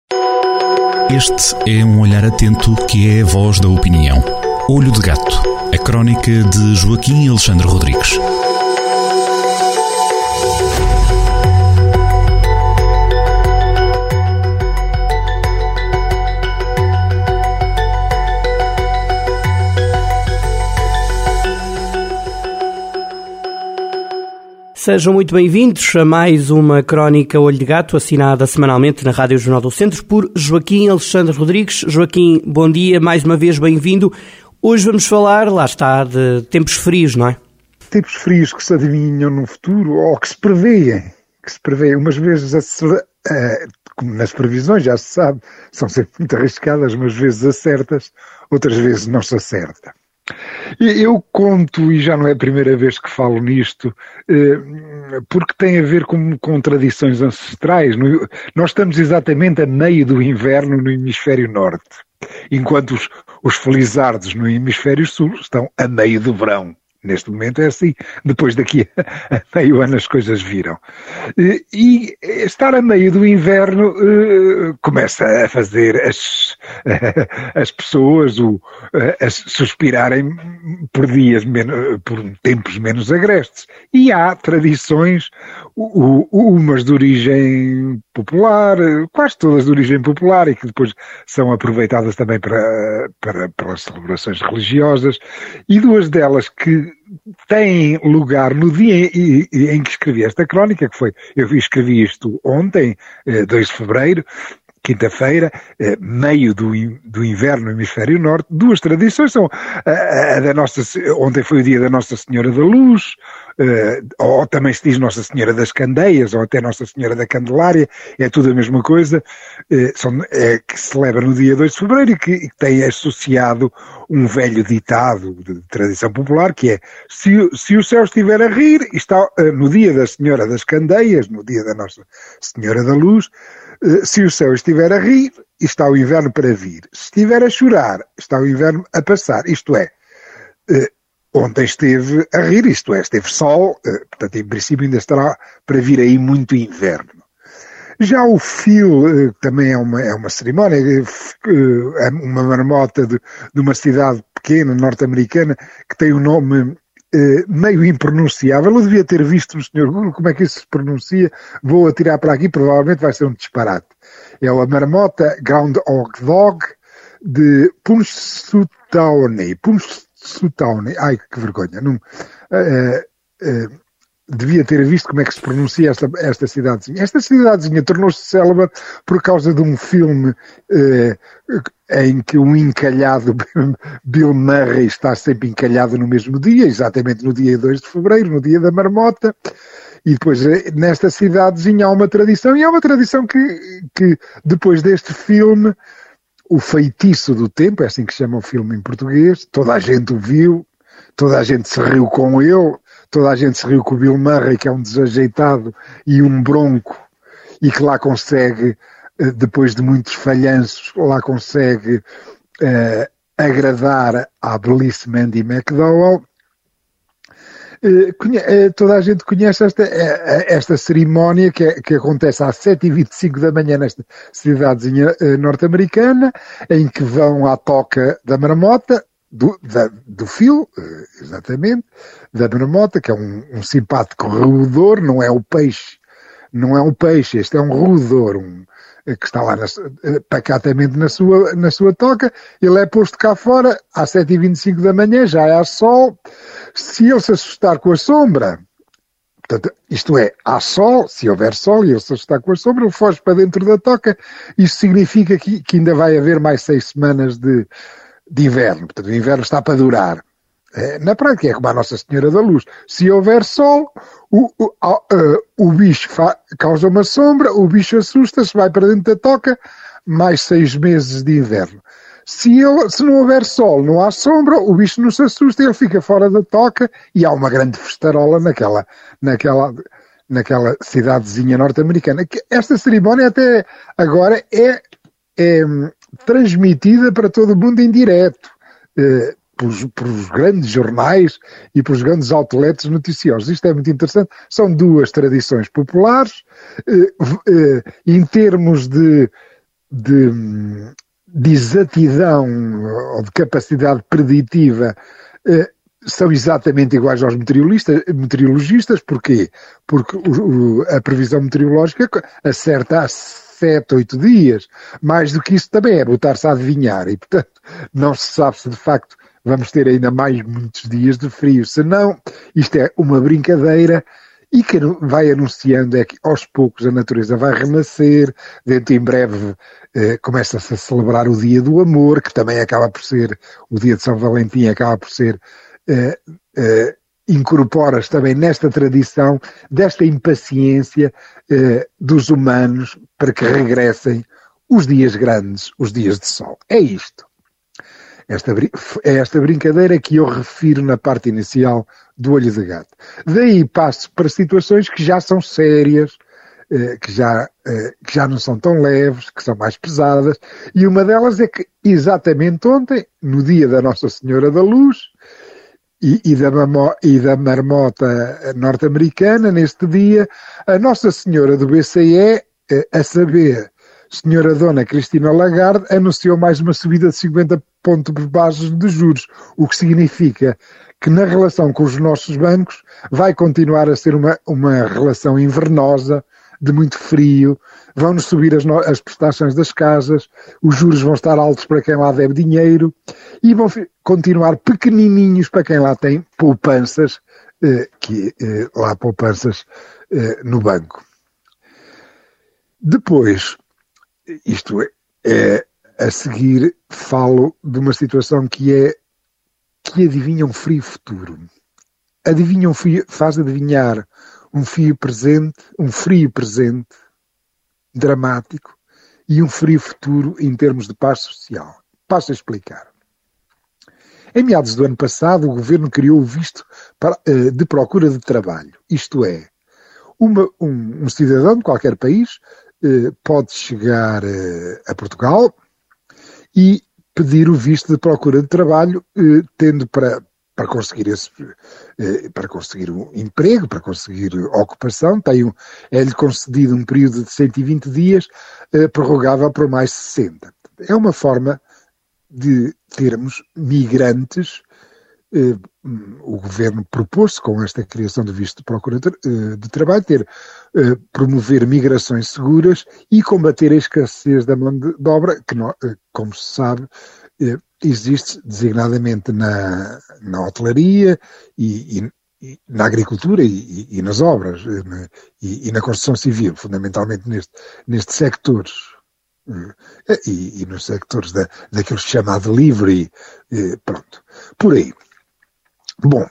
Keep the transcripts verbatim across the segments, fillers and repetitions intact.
Este é um olhar atento que é a voz da opinião. Olho de Gato, a crónica de Joaquim Alexandre Rodrigues. Sejam muito bem-vindos a mais uma crónica Olho de Gato, assinada semanalmente na Rádio Jornal do Centro por Joaquim Alexandre Rodrigues. Joaquim, bom dia, mais uma vez bem-vindo. Hoje vamos falar, lá está, de tempos frios, não é? Tempos frios que se adivinham no futuro, ou que se prevêem, que se prevêem. Umas vezes, como nas previsões, já se sabe, são sempre muito arriscadas, umas vezes acertas, outras vezes não se acerta. Eu conto, e já não é a primeira vez que falo nisto, porque tem a ver com, com tradições ancestrais. Nós estamos exatamente a meio do inverno no hemisfério norte, enquanto os, os felizardos no hemisfério sul estão a meio do verão. Neste momento é assim, depois daqui a meio ano as coisas viram. E estar a meio do inverno começa a fazer as, as pessoas a suspirarem por dias, por tempos menos agrestes. E há tradições, umas de origem popular, quase todas de origem popular, e que depois são aproveitadas também para, para, pelas celebrações religiosas, e duas delas que têm lugar no dia em que escrevi esta crónica, que foi, eu escrevi isto ontem, dois de fevereiro, quinta-feira, meio do, do inverno no hemisfério norte. Duas tradições são a, a da nossa, ontem foi o dia da Nossa Senhora da Luz, ou também se diz Nossa Senhora das Candeias, ou até Nossa Senhora da Candelária, é tudo a mesma coisa, são, é, que se celebra no dia dois de fevereiro e que, e que tem associado um velho ditado de tradição popular, que é, se, se o céu estiver a rir, está no dia da Senhora das Candeias, no dia da Nossa Senhora da Luz, se o céu estiver a rir, está o inverno para vir. Se estiver a chorar, está o inverno a passar. Isto é, ontem esteve a rir, isto é, esteve sol, portanto, em princípio ainda estará para vir aí muito inverno. Já o fio também é uma, é uma cerimónia, é uma marmota de, de uma cidade pequena, norte-americana, que tem um nome Uh, meio impronunciável. Eu devia ter visto no senhor Google como é que isso se pronuncia. Vou atirar para aqui, provavelmente vai ser um disparate. É a marmota Groundhog Dog de Punxsutawney. Punxsutawney. Ai, que vergonha. Não, uh, uh, devia ter visto como é que se pronuncia esta, esta cidadezinha. Esta cidadezinha tornou-se célebre por causa de um filme uh, em que um encalhado Bill Murray está sempre encalhado no mesmo dia, exatamente no dia dois de fevereiro, no dia da marmota, e depois nesta cidadezinha há uma tradição, e há uma tradição que, que depois deste filme, O Feitiço do Tempo, é assim que se chama o filme em português, toda a gente o viu, toda a gente se riu com ele, toda a gente se riu com o Bill Murray, que é um desajeitado e um bronco, e que lá consegue, depois de muitos falhanços, lá consegue uh, agradar à belíssima Mandy McDowell. Uh, conhe- uh, toda a gente conhece esta, uh, esta cerimónia que, é, que acontece às sete e vinte e cinco da manhã nesta cidadezinha uh, norte-americana, em que vão à toca da marmota, do, da, do fio, uh, exatamente, da marmota, que é um, um simpático roedor, não é o peixe, não é um peixe, este é um roedor, um, que está lá na, pacatamente na sua, na sua toca. Ele é posto cá fora às sete e vinte e cinco da manhã, já é sol. Se ele se assustar com a sombra, portanto, isto é, há sol, se houver sol e ele se assustar com a sombra, ele foge para dentro da toca. Isso significa que, que ainda vai haver mais seis semanas de, de inverno. Portanto, o inverno está para durar. É, na prática é como a Nossa Senhora da Luz. Se houver sol, o, o, uh, o bicho fa- causa uma sombra, o bicho assusta-se, vai para dentro da toca, mais seis meses de inverno. Se, ele, se não houver sol, não há sombra, o bicho não se assusta, ele fica fora da toca e há uma grande festarola naquela, naquela, naquela cidadezinha norte-americana. Esta cerimónia até agora é, é transmitida para todo o mundo em direto. Uh, Pelos, pelos grandes jornais e pelos grandes outlets noticiosos. Isto é muito interessante. São duas tradições populares. Eh, eh, em termos de de, de exatidão ou de capacidade preditiva eh, são exatamente iguais aos meteorologistas. meteorologistas. Porquê? Porque o, o, a previsão meteorológica acerta há sete, oito dias. Mais do que isso também é botar-se a adivinhar. E, portanto, não se sabe se de facto vamos ter ainda mais muitos dias de frio. Senão, isto é uma brincadeira e que vai anunciando é que aos poucos a natureza vai renascer. Dentro em breve eh, começa-se a celebrar o Dia do Amor, que também acaba por ser, o Dia de São Valentim acaba por ser, eh, eh, incorpora-se também nesta tradição, desta impaciência eh, dos humanos para que regressem os dias grandes, os dias de sol. É isto. Esta, é esta brincadeira que eu refiro na parte inicial do Olho de Gato. Daí passo para situações que já são sérias, que já, que já não são tão leves, que são mais pesadas, e uma delas é que exatamente ontem, no dia da Nossa Senhora da Luz e, e, da, mamo, e da marmota norte-americana, neste dia, a Nossa Senhora do B C E, a saber, Senhora Dona Cristina Lagarde, anunciou mais uma subida de cinquenta pontos básicos de juros, o que significa que na relação com os nossos bancos vai continuar a ser uma, uma relação invernosa, de muito frio, vão-nos subir as, no, as prestações das casas, os juros vão estar altos para quem lá deve dinheiro e vão continuar pequenininhos para quem lá tem poupanças, eh, que, eh, lá poupanças eh, no banco. Depois, isto é, é, a seguir falo de uma situação que é que adivinha um frio futuro. Adivinha um frio, faz adivinhar um frio presente, um frio presente dramático e um frio futuro em termos de paz social. Passo a explicar. Em meados do ano passado, o governo criou o visto para, de procura de trabalho. Isto é, uma, um, um cidadão de qualquer país pode chegar a Portugal e pedir o visto de procura de trabalho, tendo para, para conseguir esse, para conseguir um emprego, para conseguir ocupação, tem um, é-lhe concedido um período de cento e vinte dias, prorrogável por mais sessenta. É uma forma de termos migrantes. O governo propôs-se, com esta criação do visto de procura de trabalho, ter, promover migrações seguras e combater a escassez da mão de obra, que, como se sabe, existe designadamente na, na hotelaria e, e, e na agricultura e, e nas obras e, e na construção civil, fundamentalmente neste, nestes sectores. E, e nos sectores da, daquilo que se chama delivery, pronto, por aí. Bom,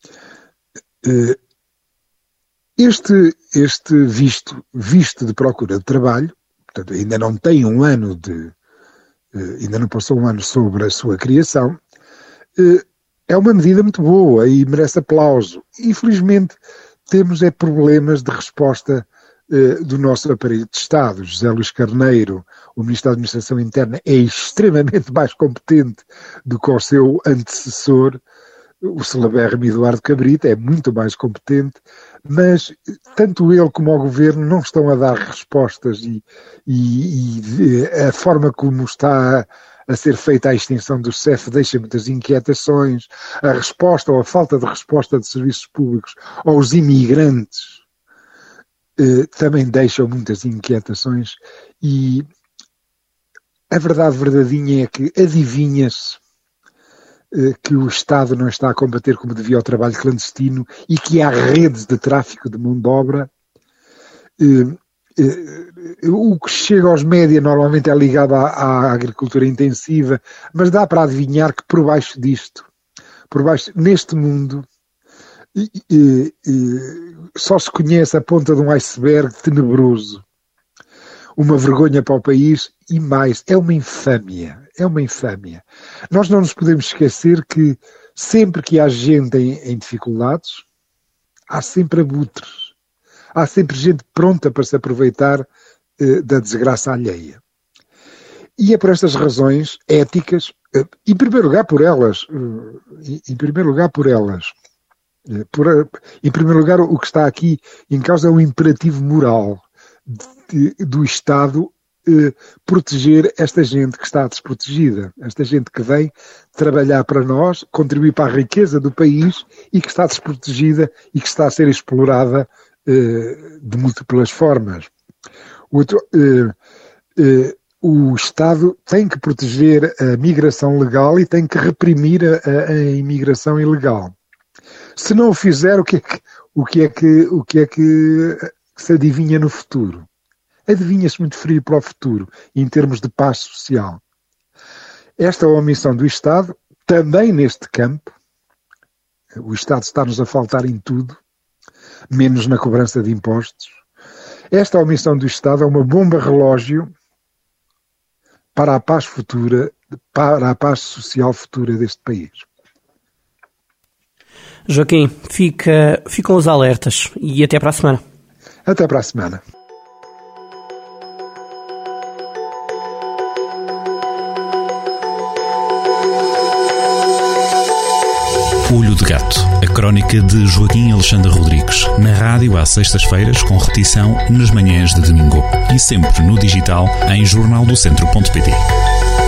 este, este visto, visto de procura de trabalho, portanto, ainda não tem um ano de, ainda não passou um ano sobre a sua criação, é uma medida muito boa e merece aplauso. Infelizmente, temos é problemas de resposta do nosso aparelho de Estado. José Luís Carneiro, o Ministro da Administração Interna, é extremamente mais competente do que o seu antecessor, o celebérrimo Eduardo Cabrita, é muito mais competente, mas tanto ele como o Governo não estão a dar respostas e, e, e a forma como está a ser feita a extinção do C E F deixa muitas inquietações, a resposta ou a falta de resposta de serviços públicos aos imigrantes eh, também deixam muitas inquietações e a verdade verdadeira é que adivinha-se que o Estado não está a combater como devia o trabalho clandestino e que há redes de tráfico de mão de obra. O que chega aos média normalmente é ligado à, à agricultura intensiva, mas dá para adivinhar que por baixo disto, por baixo, neste mundo, só se conhece a ponta de um iceberg tenebroso. Uma vergonha para o país e mais, é uma infâmia, é uma infâmia. Nós não nos podemos esquecer que sempre que há gente em, em dificuldades, há sempre abutres, há sempre gente pronta para se aproveitar eh, da desgraça alheia. E é por estas razões éticas, eh, em primeiro lugar por elas, eh, em primeiro lugar por elas, eh, por, em primeiro lugar o que está aqui em causa é um imperativo moral de, do Estado eh, proteger esta gente que está desprotegida, esta gente que vem trabalhar para nós, contribuir para a riqueza do país e que está desprotegida e que está a ser explorada eh, de múltiplas formas. Outro, eh, eh, o Estado tem que proteger a migração legal e tem que reprimir a, a imigração ilegal. Se não o fizer, o que é que, o que, é que, o que, é que se adivinha no futuro? Adivinha-se muito frio para o futuro, em termos de paz social. Esta é a omissão do Estado, também neste campo. O Estado está-nos a faltar em tudo, menos na cobrança de impostos. Esta omissão do Estado é uma bomba relógio para a paz futura, para a paz social futura deste país. Joaquim, fica, ficam os alertas e até para a semana. Até para a semana. Olho de Gato, a crónica de Joaquim Alexandre Rodrigues, na rádio às sextas-feiras, com repetição nas manhãs de domingo e sempre no digital em jornal do centro ponto pt.